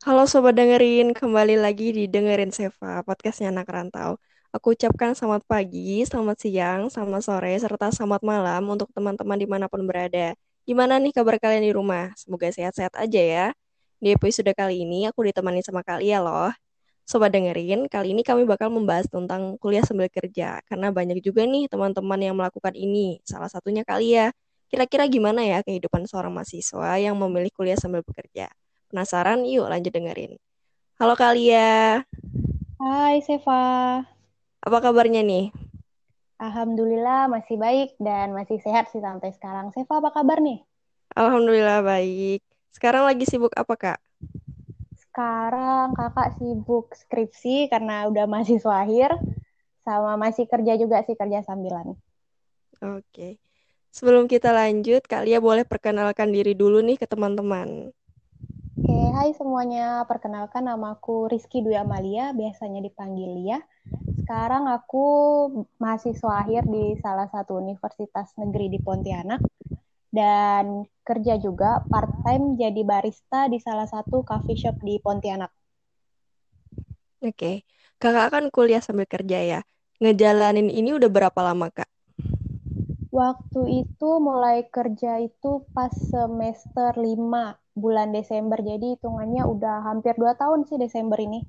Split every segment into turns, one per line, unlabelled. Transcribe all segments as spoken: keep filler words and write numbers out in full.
Halo sobat dengerin, kembali lagi di Dengerin Seva, podcastnya anak rantau. Aku ucapkan selamat pagi, selamat siang, selamat sore, serta selamat malam untuk teman-teman dimanapun berada. Gimana nih kabar kalian di rumah? Semoga sehat-sehat aja ya. Di episode kali ini aku ditemani sama kalian loh. Sobat dengerin, kali ini kami bakal membahas tentang kuliah sambil kerja. Karena banyak juga nih teman-teman yang melakukan ini. Salah satunya kalian. Kira-kira gimana ya kehidupan seorang mahasiswa yang memilih kuliah sambil bekerja? Penasaran? Yuk lanjut dengerin. Halo Kalia,
Hai Seva,
apa kabarnya nih?
Alhamdulillah masih baik dan masih sehat sih sampai sekarang. Seva apa kabar nih?
Alhamdulillah baik. Sekarang lagi sibuk apa Kak?
Sekarang kakak sibuk skripsi karena udah mahasiswa akhir, sama masih kerja juga sih kerja sambilan.
Oke. Sebelum kita lanjut, Kalia boleh perkenalkan diri dulu nih ke teman-teman.
Oke, hai semuanya, perkenalkan nama aku Rizky Dwi Amalia, biasanya dipanggil Lia. Sekarang aku mahasiswa akhir di salah satu universitas negeri di Pontianak dan kerja juga part-time jadi barista di salah satu coffee shop di Pontianak.
Oke. Kakak kan kuliah sambil kerja ya. Ngejalanin ini udah berapa lama Kak?
Waktu itu mulai kerja itu pas semester lima bulan Desember. Jadi hitungannya udah hampir dua tahun sih Desember ini.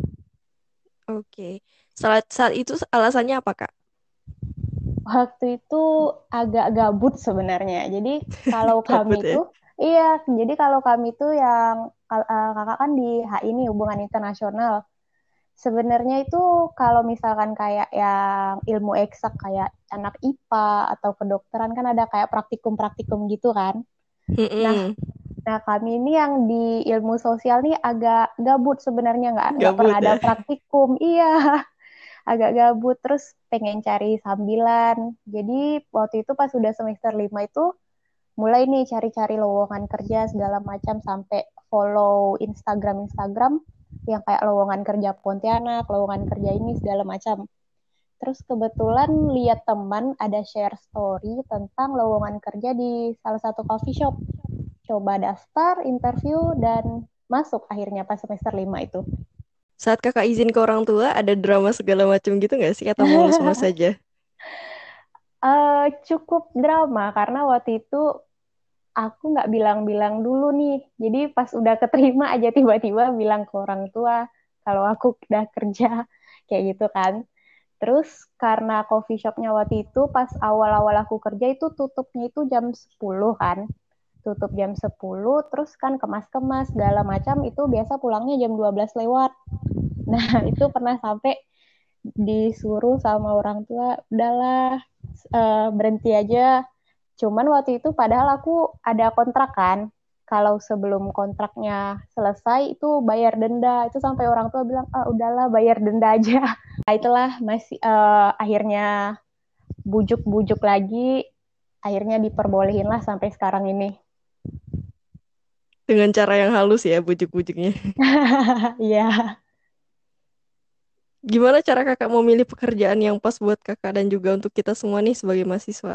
Oke. Saat, saat itu alasannya apa Kak?
Waktu itu agak gabut sebenarnya. Jadi kalau kami
Kabut ya?
tuh, iya, jadi kalau kami tuh yang eh, kakak kan di H I ini hubungan internasional. Sebenarnya itu kalau misalkan kayak yang ilmu eksak kayak anak I P A atau kedokteran kan ada kayak praktikum-praktikum gitu kan. Nah,
Mm-mm.
Nah, kami ini yang di ilmu sosial nih agak gabut sebenarnya, nggak nggak pernah
Gabut
ada
ya?
praktikum. Iya, agak gabut. Terus pengen cari sambilan. Jadi waktu itu pas sudah semester lima itu mulai nih cari-cari lowongan kerja segala macam sampai follow Instagram-Instagram yang kayak lowongan kerja Pontianak, lowongan kerja ini segala macam. Terus kebetulan lihat teman ada share story tentang lowongan kerja di salah satu coffee shop. Coba daftar, interview, dan masuk akhirnya pas semester lima itu.
Saat kakak izin ke orang tua, ada drama segala macam gitu nggak sih? Atau mulus-mulus saja?
uh, cukup drama karena waktu itu aku nggak bilang-bilang dulu nih. Jadi pas udah keterima aja tiba-tiba bilang ke orang tua kalau aku udah kerja kayak gitu kan. Terus karena coffee shopnya waktu itu pas awal-awal aku kerja itu tutupnya itu jam sepuluh kan. Tutup jam sepuluh terus kan kemas-kemas segala macam itu biasa pulangnya jam dua belas lewat. Nah, itu pernah sampai disuruh sama orang tua, udahlah uh, berhenti aja. Cuman waktu itu padahal aku ada kontrak kan. Kalau sebelum kontraknya selesai itu bayar denda. Itu sampai orang tua bilang, ah udahlah bayar denda aja. Nah, itulah masih uh, akhirnya bujuk-bujuk lagi. Akhirnya diperbolehin lah sampai sekarang ini.
Dengan cara yang halus ya, bujuk-bujuknya.
Iya.
Gimana cara kakak memilih pekerjaan yang pas buat kakak dan juga untuk kita semua nih sebagai mahasiswa?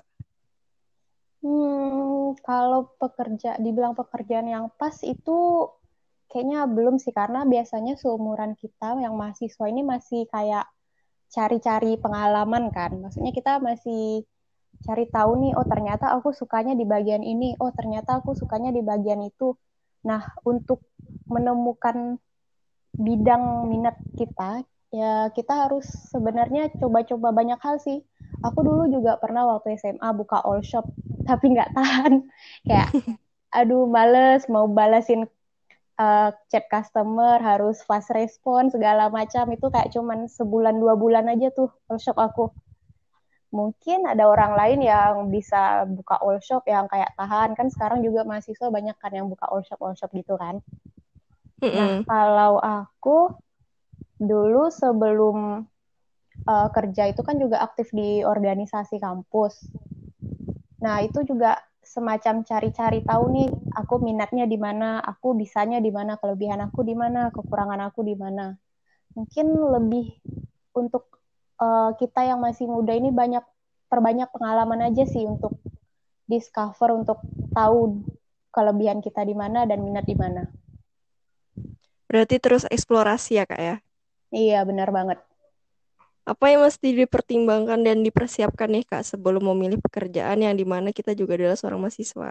Hmm, kalau pekerja, dibilang pekerjaan yang pas itu kayaknya belum sih, karena biasanya seumuran kita yang mahasiswa ini masih kayak cari-cari pengalaman kan. Maksudnya kita masih cari tahu nih, oh ternyata aku sukanya di bagian ini, oh ternyata aku sukanya di bagian itu. Nah, untuk menemukan bidang minat kita, ya kita harus sebenarnya coba-coba banyak hal sih. Aku dulu juga pernah waktu S M A buka all shop, tapi nggak tahan. Kayak, aduh males mau balasin uh, chat customer, harus fast respon, segala macam. Itu kayak cuman sebulan, dua bulan aja tuh all shop aku. Mungkin ada orang lain yang bisa buka all shop yang kayak tahan. Kan sekarang juga mahasiswa banyak kan yang buka all shop-all shop gitu kan. Nah,
Mm-mm.
kalau aku dulu sebelum uh, kerja itu kan juga aktif di organisasi kampus. Nah, itu juga semacam cari-cari tahu nih, aku minatnya di mana, aku bisanya di mana, kelebihan aku di mana, kekurangan aku di mana. Mungkin lebih untuk uh, kita yang masih muda ini banyak perbanyak pengalaman aja sih untuk discover, untuk tahu kelebihan kita di mana dan minat di mana.
Berarti terus eksplorasi ya Kak ya.
Iya, benar banget.
Apa yang mesti dipertimbangkan dan dipersiapkan nih Kak sebelum memilih pekerjaan yang dimana kita juga adalah seorang mahasiswa?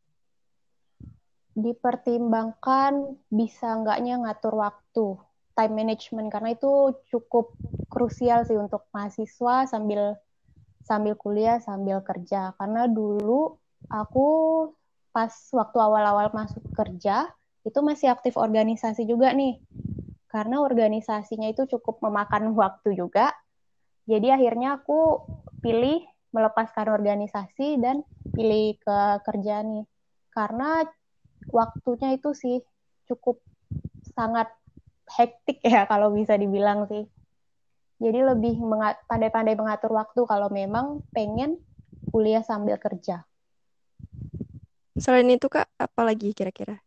Dipertimbangkan bisa enggaknya ngatur waktu, time management, karena itu cukup krusial sih untuk mahasiswa sambil sambil kuliah sambil kerja. Karena dulu aku pas waktu awal-awal masuk kerja itu masih aktif organisasi juga nih. Karena organisasinya itu cukup memakan waktu juga. Jadi akhirnya aku pilih melepaskan organisasi dan pilih ke kerja nih. Karena waktunya itu sih cukup sangat hektik ya kalau bisa dibilang sih. Jadi lebih menga- pandai-pandai mengatur waktu kalau memang pengen kuliah sambil kerja.
Selain itu Kak, apa lagi kira-kira?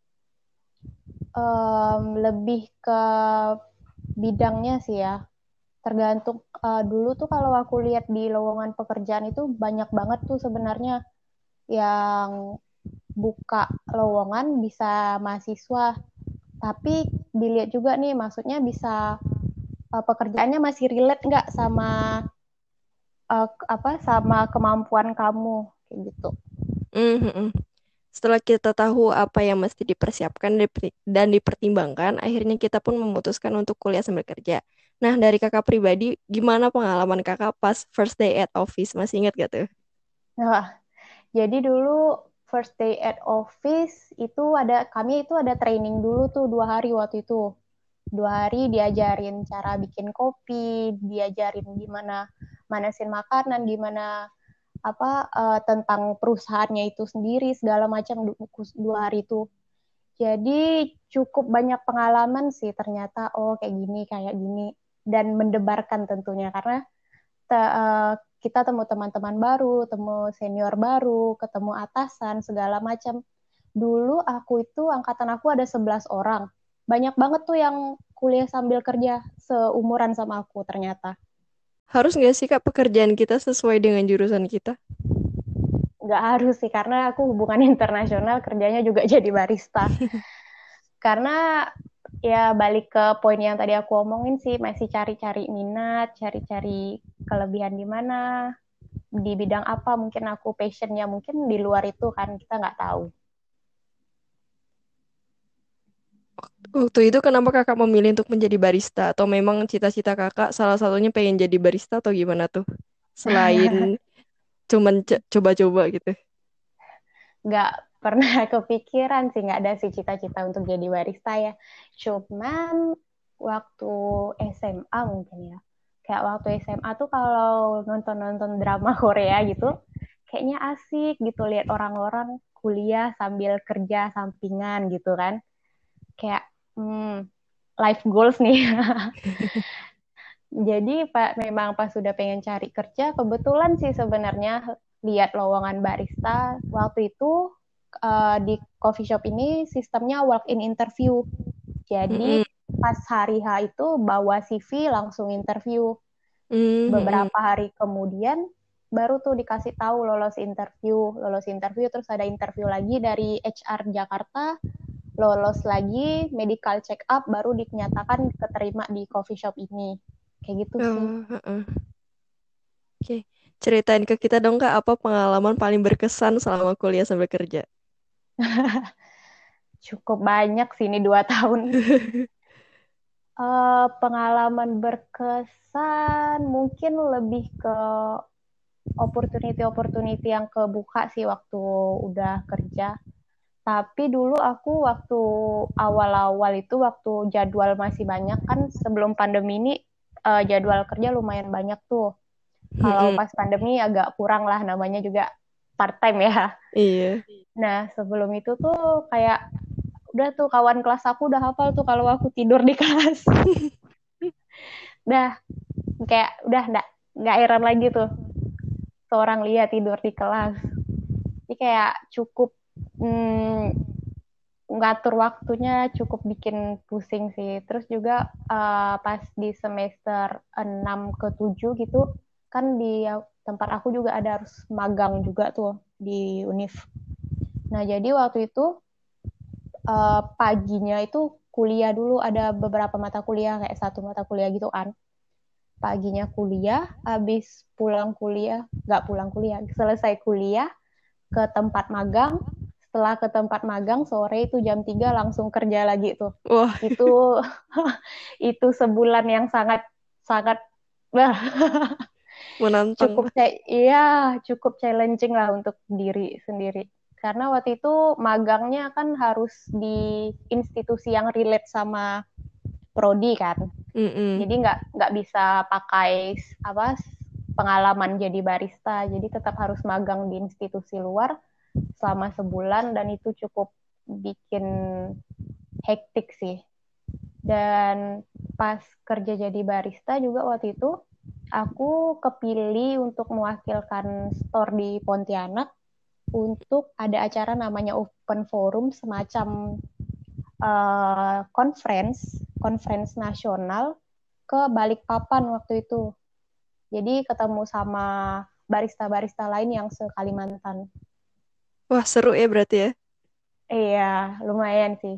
Em, lebih ke bidangnya sih ya. Tergantung eh, dulu tuh kalau aku lihat di lowongan pekerjaan itu banyak banget tuh sebenarnya yang buka lowongan bisa mahasiswa. Tapi dilihat juga nih, maksudnya bisa eh, pekerjaannya masih relate nggak sama eh, apa sama kemampuan kamu kayak gitu.
Mhm. Setelah kita tahu apa yang mesti dipersiapkan diperi- dan dipertimbangkan, akhirnya kita pun memutuskan untuk kuliah sambil kerja. Nah, dari kakak pribadi, gimana pengalaman kakak pas first day at office? Masih ingat gak tuh?
Nah, jadi dulu first day at office itu ada kami itu ada training dulu tuh dua hari waktu itu. Dua hari diajarin cara bikin kopi, diajarin gimana manasin makanan, gimana apa uh, tentang perusahaannya itu sendiri segala macam dua hari itu. Jadi cukup banyak pengalaman sih ternyata oh kayak gini kayak gini dan mendebarkan tentunya karena te- uh, kita temu teman-teman baru, temu senior baru, ketemu atasan segala macam. Dulu aku itu angkatan aku ada sebelas orang. Banyak banget tuh yang kuliah sambil kerja seumuran sama aku ternyata.
Harus nggak sih kak pekerjaan kita sesuai dengan jurusan kita?
Nggak harus sih, karena aku hubungan internasional kerjanya juga jadi barista. Karena ya balik ke poin yang tadi aku omongin sih, masih cari-cari minat, cari-cari kelebihan di mana, di bidang apa mungkin aku passionnya, mungkin di luar itu kan kita nggak tahu.
Waktu itu kenapa kakak memilih untuk menjadi barista? Atau memang cita-cita kakak salah satunya pengen jadi barista atau gimana tuh? Selain cuman c- coba-coba gitu.
Nggak pernah kepikiran sih, nggak ada sih cita-cita untuk jadi barista ya. Cuman waktu S M A mungkin ya. Kayak waktu S M A tuh kalau nonton-nonton drama Korea gitu, kayaknya asik gitu lihat orang-orang kuliah sambil kerja sampingan gitu kan. Kayak hmm, life goals nih. Jadi Pak memang pas sudah pengen cari kerja, kebetulan sih sebenarnya lihat lowongan barista waktu itu uh, di coffee shop ini sistemnya walk-in interview. Jadi
Mm-mm.
pas hari H itu bawa C V langsung interview.
Mm-mm.
Beberapa hari kemudian baru tuh dikasih tahu lolos interview, lolos interview terus ada interview lagi dari H R Jakarta, lolos lagi medical check up baru dinyatakan keterima di coffee shop ini. Kayak gitu sih.
Oh, heeh. Oke, ceritain ke kita dong kak apa pengalaman paling berkesan selama kuliah sambil kerja?
Cukup banyak sih ini dua tahun. Uh, pengalaman berkesan mungkin lebih ke opportunity-opportunity yang kebuka sih waktu udah kerja. Tapi dulu aku waktu awal-awal itu waktu jadwal masih banyak kan sebelum pandemi ini uh, jadwal kerja lumayan banyak tuh. Kalau
Mm-mm.
pas pandemi agak kurang lah namanya juga part time ya.
Iya.
Nah sebelum itu tuh kayak udah tuh kawan kelas aku udah hafal tuh kalau aku tidur di kelas. Udah kayak udah nggak nggak heran lagi tuh seorang lihat tidur di kelas. Jadi kayak cukup hmm, ngatur waktunya cukup bikin pusing sih. Terus juga uh, pas di semester enam ke tujuh gitu kan di tempat aku juga ada harus magang juga tuh di univ. Nah, jadi waktu itu uh, paginya itu kuliah dulu, ada beberapa mata kuliah kayak satu mata kuliah gitu kan. Paginya kuliah, habis pulang kuliah, nggak pulang kuliah, selesai kuliah ke tempat magang. Setelah ke tempat magang sore itu jam tiga langsung kerja lagi tuh.
Wah,
Itu itu sebulan yang sangat sangat bah,
menantang.
cukup iya cukup challenging lah untuk diri sendiri. Karena waktu itu magangnya kan harus di institusi yang relate sama prodi kan.
Mm-mm.
Jadi nggak nggak bisa pakai apa pengalaman jadi barista. Jadi tetap harus magang di institusi luar selama sebulan dan itu cukup bikin hektik sih. Dan pas kerja jadi barista juga waktu itu aku kepilih untuk mewakilkan store di Pontianak untuk ada acara namanya Open Forum, semacam uh, conference conference nasional ke Balikpapan waktu itu. Jadi ketemu sama barista-barista lain yang se-Kalimantan.
Wah, seru ya berarti ya.
Iya, lumayan sih.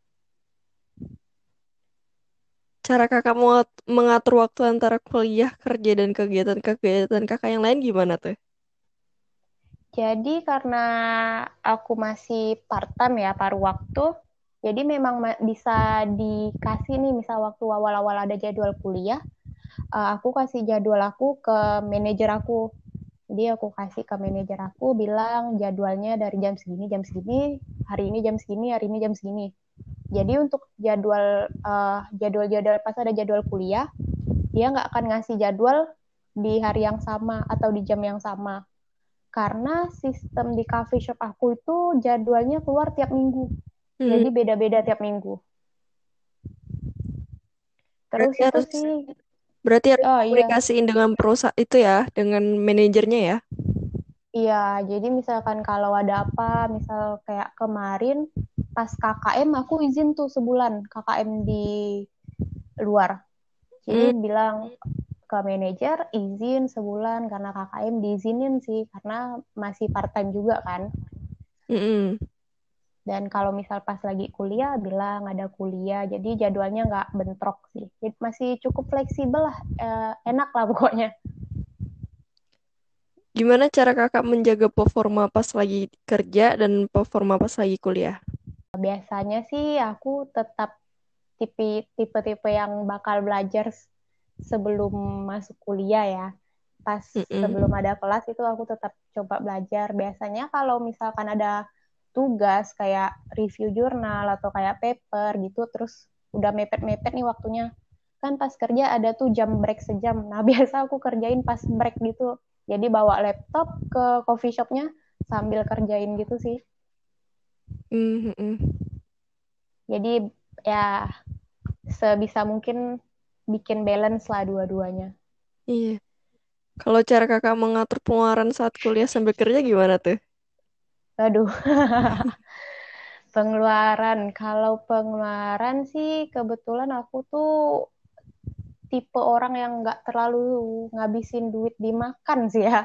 Cara kakak mau mengatur waktu antara kuliah, kerja, dan kegiatan-kegiatan kakak yang lain gimana tuh?
Jadi karena aku masih part-time ya, paruh waktu, jadi memang bisa dikasih nih, misal waktu awal-awal ada jadwal kuliah, uh, aku kasih jadwal aku ke manajer aku. Jadi aku kasih ke manajer aku bilang jadwalnya dari jam segini, jam segini, hari ini jam segini, hari ini jam segini. Jadi untuk jadwal uh, jadwal-jadwal pas ada jadwal kuliah, dia nggak akan ngasih jadwal di hari yang sama atau di jam yang sama. Karena sistem di coffee shop aku itu jadwalnya keluar tiap minggu.
Hmm,
Jadi beda-beda tiap minggu. Terus
berarti
itu
harus
sih,
berarti harus
oh iya,
komunikasiin dengan perusahaan itu ya, dengan manajernya ya.
iya. Jadi misalkan kalau ada apa, misal kayak kemarin pas K K M aku izin tuh sebulan K K M di luar. Jadi
Hmm,
bilang ke manajer izin sebulan karena K K M diizinin sih karena masih part time juga kan.
mm-mm.
Dan kalau misal pas lagi kuliah bilang ada kuliah, jadi jadwalnya nggak bentrok sih. Jadi masih cukup fleksibel lah, eh, enak lah pokoknya.
Gimana cara kakak menjaga performa pas lagi kerja dan performa pas lagi kuliah?
Biasanya sih aku tetap tipe tipe-tipe yang bakal belajar sebelum masuk kuliah ya. Pas sebelum
Mm-mm.
ada kelas itu aku tetap coba belajar. Biasanya kalau misalkan ada tugas kayak review jurnal atau kayak paper gitu, terus udah mepet-mepet nih waktunya. Kan pas kerja ada tuh jam break sejam. Nah, biasa aku kerjain pas break gitu. Jadi bawa laptop ke coffee shopnya sambil kerjain gitu sih.
Mm-mm.
Jadi ya sebisa mungkin bikin balance lah dua-duanya.
Iya. Kalau cara kakak mengatur pengeluaran saat kuliah sambil kerja gimana tuh?
Aduh, pengeluaran. Kalau pengeluaran sih kebetulan aku tuh tipe orang yang nggak terlalu ngabisin duit di makan sih ya.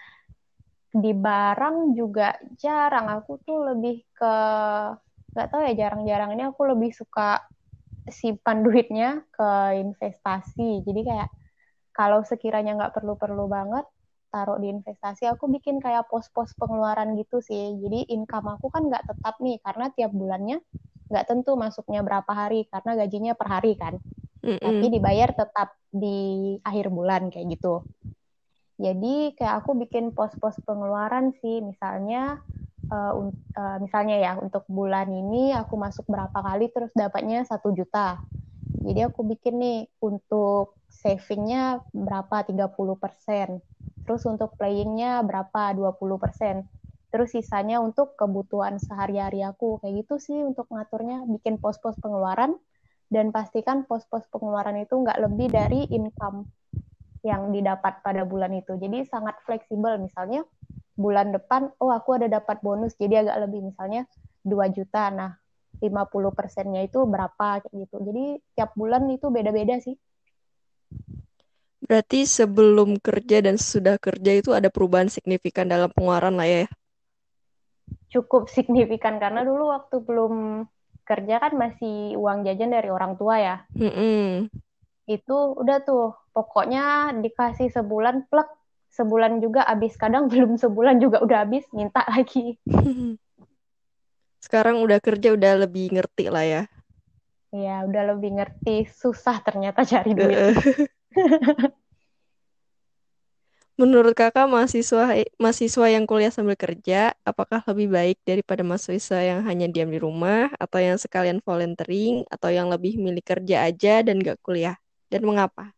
Di barang juga jarang. Aku tuh lebih ke nggak tahu ya jarang-jarang ini aku lebih suka simpan duitnya ke investasi. Jadi kayak kalau sekiranya nggak perlu-perlu banget taruh di investasi, aku bikin kayak pos-pos pengeluaran gitu sih. Jadi income aku kan nggak tetap nih karena tiap bulannya nggak tentu masuknya berapa hari karena gajinya per hari kan. Tapi
Mm-mm.
dibayar tetap di akhir bulan kayak gitu. Jadi kayak aku bikin pos-pos pengeluaran sih, misalnya uh, uh, misalnya ya untuk bulan ini aku masuk berapa kali terus dapatnya satu juta. Jadi aku bikin nih untuk savingnya berapa tiga puluh persen. Terus untuk playingnya berapa dua puluh persen. Terus sisanya untuk kebutuhan sehari-hari aku. Kayak gitu sih untuk ngaturnya, bikin pos-pos pengeluaran dan pastikan pos-pos pengeluaran itu nggak lebih dari income yang didapat pada bulan itu. Jadi sangat fleksibel. Misalnya bulan depan, oh aku ada dapat bonus, jadi agak lebih. Misalnya dua juta, nah lima puluh persennya itu berapa kayak gitu. Jadi tiap bulan itu beda-beda sih.
Berarti sebelum kerja dan sesudah kerja itu ada perubahan signifikan dalam pengeluaran lah ya.
Cukup signifikan karena dulu waktu belum kerja kan masih uang jajan dari orang tua ya.
Mm-mm.
Itu udah tuh, pokoknya dikasih sebulan plek, sebulan juga habis. Kadang belum sebulan juga udah habis, minta lagi.
Sekarang udah kerja udah lebih ngerti lah ya.
Ya udah lebih ngerti, susah ternyata cari duit.
Heeh. Menurut kakak mahasiswa mahasiswa yang kuliah sambil kerja, apakah lebih baik daripada mahasiswa yang hanya diam di rumah, atau yang sekalian volunteering, atau yang lebih milih kerja aja dan gak kuliah? Dan mengapa?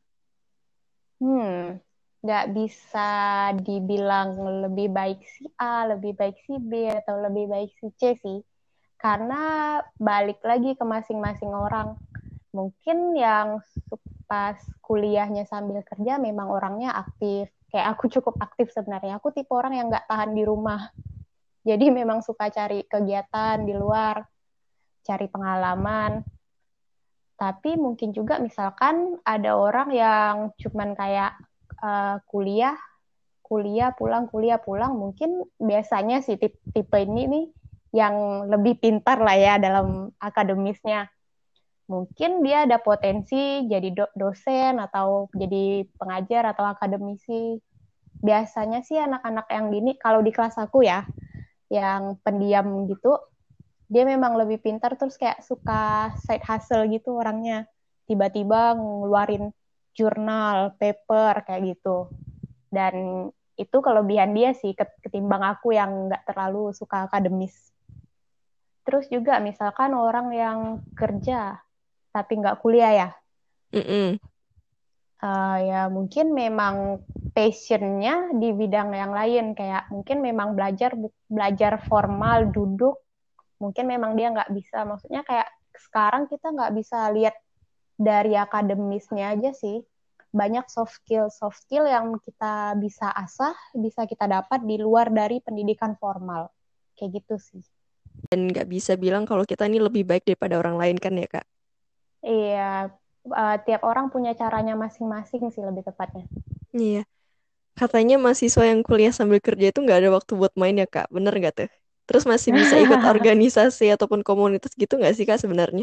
Hmm, nggak bisa dibilang lebih baik si A, lebih baik si B, atau lebih baik si C sih. Karena balik lagi ke masing-masing orang. Mungkin yang pas kuliahnya sambil kerja memang orangnya aktif. Kayak aku cukup aktif sebenarnya. Aku tipe orang yang nggak tahan di rumah. Jadi memang suka cari kegiatan di luar, cari pengalaman. Tapi mungkin juga misalkan ada orang yang cuman kayak uh, kuliah, kuliah pulang, kuliah pulang. Mungkin biasanya sih tipe, tipe ini nih yang lebih pintar lah ya dalam akademisnya. Mungkin dia ada potensi jadi do- dosen atau jadi pengajar atau akademisi. Biasanya sih anak-anak yang gini, kalau di kelas aku ya, yang pendiam gitu, dia memang lebih pintar terus kayak suka side hustle gitu orangnya. Tiba-tiba ngeluarin jurnal, paper kayak gitu. Dan itu kelebihan dia sih ketimbang aku yang nggak terlalu suka akademis. Terus juga misalkan orang yang kerja tapi nggak kuliah ya,
Mm-mm.
uh, ya mungkin memang passionnya di bidang yang lain kayak mungkin memang belajar belajar formal duduk mungkin memang dia nggak bisa maksudnya kayak sekarang kita nggak bisa lihat dari akademisnya aja sih banyak soft skill soft skill yang kita bisa asah bisa kita dapat di luar dari pendidikan formal kayak gitu sih.
Dan nggak bisa bilang kalau kita ini lebih baik daripada orang lain kan ya, Kak?
Iya, uh, tiap orang punya caranya masing-masing sih lebih tepatnya.
Iya. Katanya mahasiswa yang kuliah sambil kerja itu nggak ada waktu buat main ya, Kak? Bener nggak tuh? Terus masih bisa ikut organisasi ataupun komunitas gitu nggak sih, Kak, sebenarnya?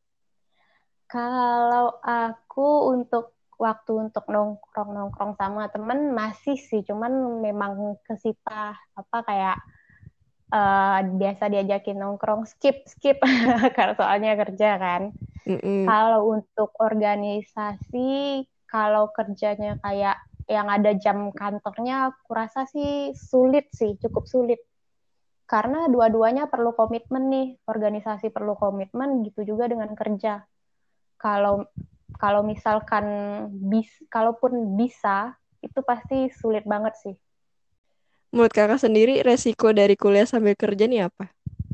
Kalau aku untuk waktu untuk nongkrong-nongkrong sama temen masih sih, cuman memang kesita apa kayak uh, biasa diajakin nongkrong skip skip karena soalnya kerja kan.
Mm-mm.
Kalau untuk organisasi, kalau kerjanya kayak yang ada jam kantornya, aku rasa sih sulit sih, cukup sulit. Karena dua-duanya perlu komitmen nih, organisasi perlu komitmen, gitu juga dengan kerja. Kalau kalau misalkan bis, kalaupun bisa, itu pasti sulit banget sih.
Menurut kakak sendiri, resiko dari kuliah sambil kerja nih apa?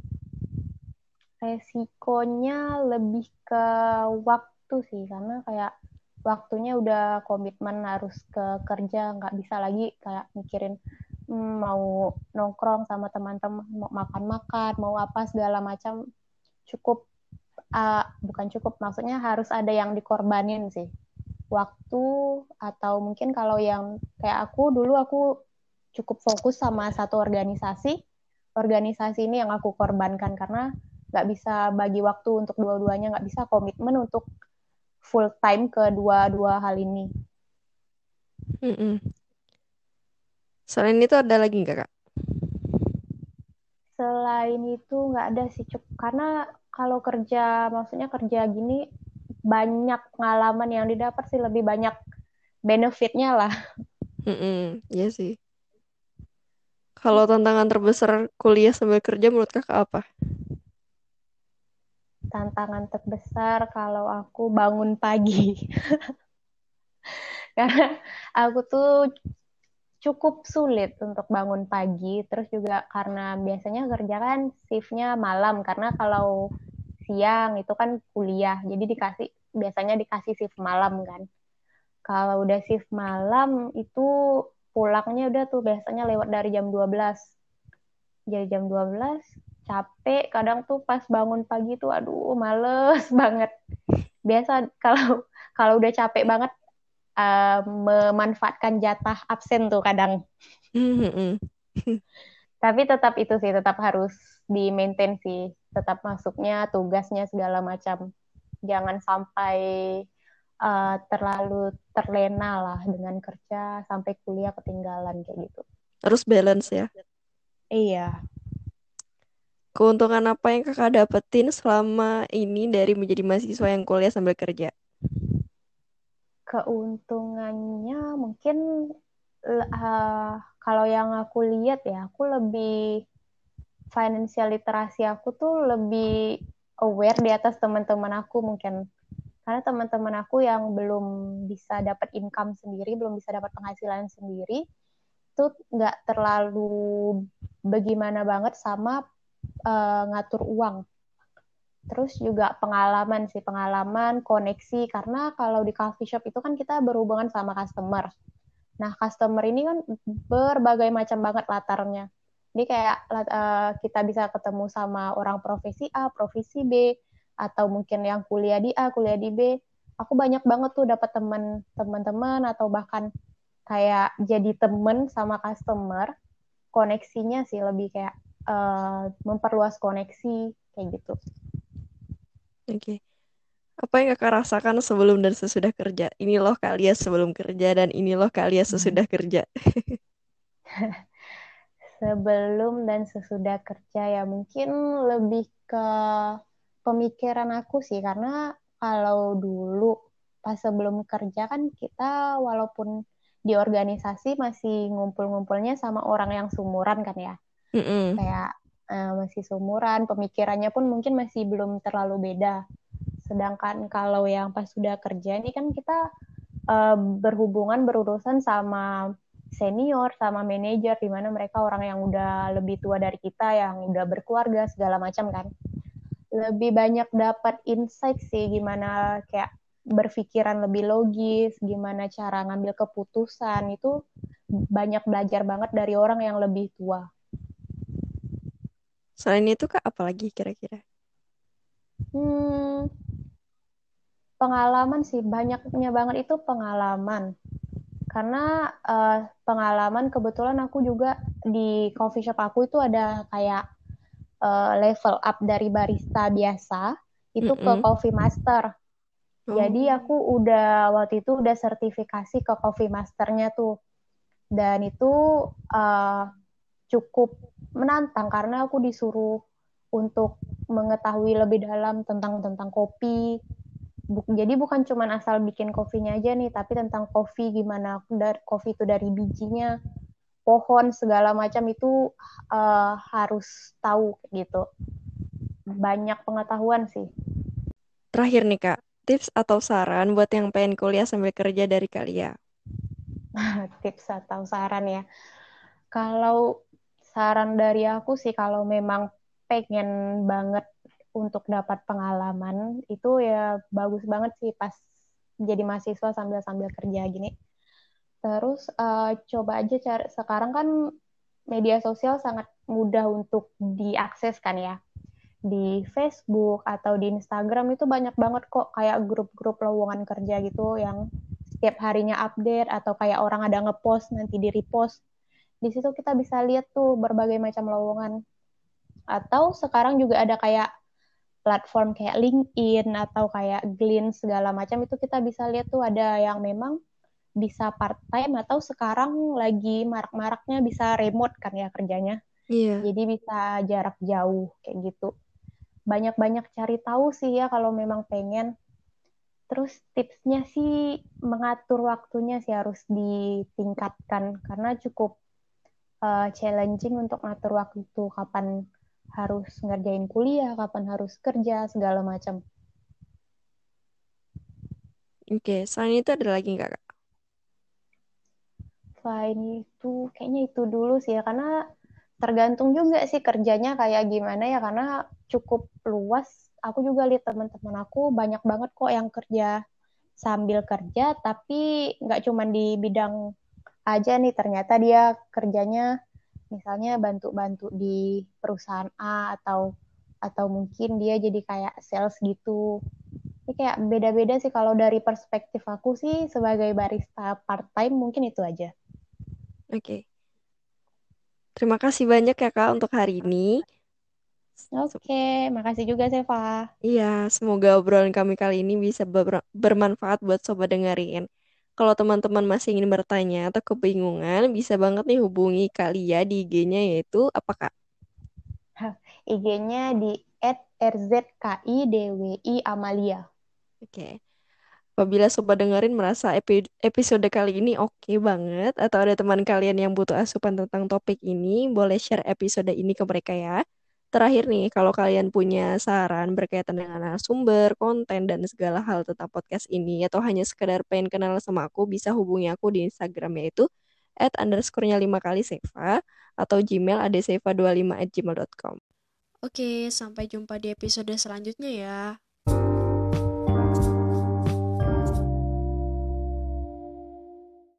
Resikonya lebih ke waktu sih, karena kayak waktunya udah komitmen harus ke kerja, nggak bisa lagi kayak mikirin hmm, mau nongkrong sama teman-teman, mau makan-makan, mau apa segala macam, cukup uh, bukan cukup, maksudnya harus ada yang dikorbanin sih. Waktu atau mungkin kalau yang kayak aku dulu aku cukup fokus sama satu organisasi. Organisasi ini yang aku korbankan karena nggak bisa bagi waktu untuk dua-duanya, nggak bisa komitmen untuk full time ke dua-dua hal ini.
Mm-mm. Selain itu ada lagi nggak, Kak?
Selain itu nggak ada sih, Cuk. Karena kalau kerja, maksudnya kerja gini, banyak pengalaman yang didapat sih, lebih banyak benefitnya lah.
Mm-mm. Iya sih. Kalau tantangan terbesar kuliah sambil kerja menurut kakak apa?
Tantangan terbesar kalau aku bangun pagi. Karena aku tuh cukup sulit untuk bangun pagi, terus juga karena biasanya kerja kan shiftnya malam, karena kalau siang itu kan kuliah, jadi dikasih biasanya dikasih shift malam kan. Kalau udah shift malam itu pulangnya udah tuh biasanya lewat dari jam dua belas. Jadi jam dua belas capek, kadang tuh pas bangun pagi tuh aduh males banget. Biasa kalau kalau udah capek banget uh, memanfaatkan jatah absen tuh kadang.
Mm-mm.
Tapi tetap itu sih, tetap harus di maintain sih. Tetap masuknya, tugasnya segala macam. Jangan sampai uh, terlalu terlena lah dengan kerja sampai kuliah ketinggalan kayak gitu.
Harus balance ya.
Iya,
Keuntungan apa yang kakak dapetin selama ini dari menjadi mahasiswa yang kuliah sambil kerja?
keuntungannya mungkin uh, kalau yang aku lihat ya, aku lebih financial literasi aku tuh lebih aware di atas teman-teman aku mungkin. Karena teman-teman aku yang belum bisa dapat income sendiri, belum bisa dapat penghasilan sendiri, itu nggak terlalu bagaimana banget sama uh, ngatur uang. Terus juga pengalaman sih, pengalaman, koneksi. Karena kalau di coffee shop itu kan kita berhubungan sama customer. Nah, customer ini kan berbagai macam banget latarnya. Jadi kayak uh, kita bisa ketemu sama orang profesi A, profesi B, atau mungkin yang kuliah di A, kuliah di B. Aku banyak banget tuh dapat teman teman-teman atau bahkan kayak jadi temen sama customer. Koneksinya sih lebih kayak uh, memperluas koneksi kayak gitu.
Oke. Apa yang kakak rasakan sebelum dan sesudah kerja? Ini loh kalian sebelum kerja dan ini loh kalian sesudah kerja.
Sebelum dan sesudah kerja ya mungkin lebih ke pemikiran aku sih karena kalau dulu pas sebelum kerja kan kita walaupun di organisasi masih ngumpul-ngumpulnya sama orang yang sumuran kan ya
Mm-mm.
kayak eh, masih sumuran pemikirannya pun mungkin masih belum terlalu beda sedangkan kalau yang pas sudah kerja ini kan kita uh, berhubungan berurusan sama senior sama manajer di mana mereka orang yang udah lebih tua dari kita yang udah berkeluarga segala macam kan lebih banyak dapat insight sih gimana kayak berpikiran lebih logis gimana cara ngambil keputusan itu banyak belajar banget dari orang yang lebih tua.
Selain itu kak, apa lagi kira-kira?
Hmm, pengalaman sih banyaknya banget itu pengalaman karena uh, pengalaman kebetulan aku juga di coffee shop aku itu ada kayak uh, level up dari barista biasa itu ke
Mm-mm.
coffee master. Jadi
Oh,
aku udah waktu itu udah sertifikasi ke coffee masternya tuh. Dan itu uh, cukup menantang karena aku disuruh untuk mengetahui lebih dalam tentang tentang kopi. Jadi bukan cuma asal bikin kopinya aja nih, tapi tentang kopi gimana dari kopi itu dari bijinya, pohon segala macam itu uh, harus tahu gitu. Banyak pengetahuan sih.
terakhir nih kak, tips atau saran buat yang pengen kuliah sambil kerja dari kalian?
Tips atau saran ya. Kalau saran dari aku sih kalau memang pengen banget untuk dapat pengalaman itu ya bagus banget sih pas jadi mahasiswa sambil sambil kerja gini. Terus uh, coba aja cari sekarang kan media sosial sangat mudah untuk diakses kan ya. Di Facebook atau di Instagram itu banyak banget kok kayak grup-grup lowongan kerja gitu yang setiap harinya update atau kayak orang ada ngepost nanti di repost. Di situ kita bisa lihat tuh berbagai macam lowongan. Atau sekarang juga ada kayak platform kayak LinkedIn atau kayak Glean segala macam itu kita bisa lihat tuh ada yang memang bisa part time atau sekarang lagi marak-maraknya bisa remote kan ya kerjanya.
Iya.
Jadi bisa jarak jauh kayak gitu. Banyak-banyak cari tahu sih ya kalau memang pengen. Terus tipsnya sih mengatur waktunya sih harus ditingkatkan karena cukup uh, challenging untuk ngatur waktu kapan harus ngerjain kuliah, kapan harus kerja, segala macam.
Oke, selain itu ada lagi nggak kak?
Selain itu, kayaknya itu dulu sih ya, karena tergantung juga sih kerjanya kayak gimana ya, karena cukup luas. Aku juga lihat teman-teman aku banyak banget kok yang kerja sambil kerja, tapi nggak cuma di bidang aja nih, ternyata dia kerjanya misalnya bantu-bantu di perusahaan A atau atau mungkin dia jadi kayak sales gitu. Ini kayak beda-beda sih kalau dari perspektif aku sih sebagai barista part time mungkin itu aja.
Oke. Terima kasih banyak ya Kak untuk hari ini. Se-
Oke, makasih juga Seva.
Iya, semoga obrolan kami kali ini bisa ber- bermanfaat buat sobat dengerin. Kalau teman-teman masih ingin bertanya atau kebingungan, bisa banget nih hubungi Kalia di I G-nya yaitu apa Kak?
I G-nya di et r z k i d w i amalia.
Oke. Apabila sobat dengerin merasa epi- episode kali ini oke banget atau ada teman kalian yang butuh asupan tentang topik ini, boleh share episode ini ke mereka ya. Terakhir nih, kalau kalian punya saran berkaitan dengan narasumber, konten, dan segala hal tentang podcast ini, atau hanya sekedar pengen kenal sama aku, bisa hubungi aku di Instagram yaitu at underscore-nya lima kali seva atau Gmail adeseva dua puluh lima at gmail dot com. Oke, sampai jumpa di episode selanjutnya ya.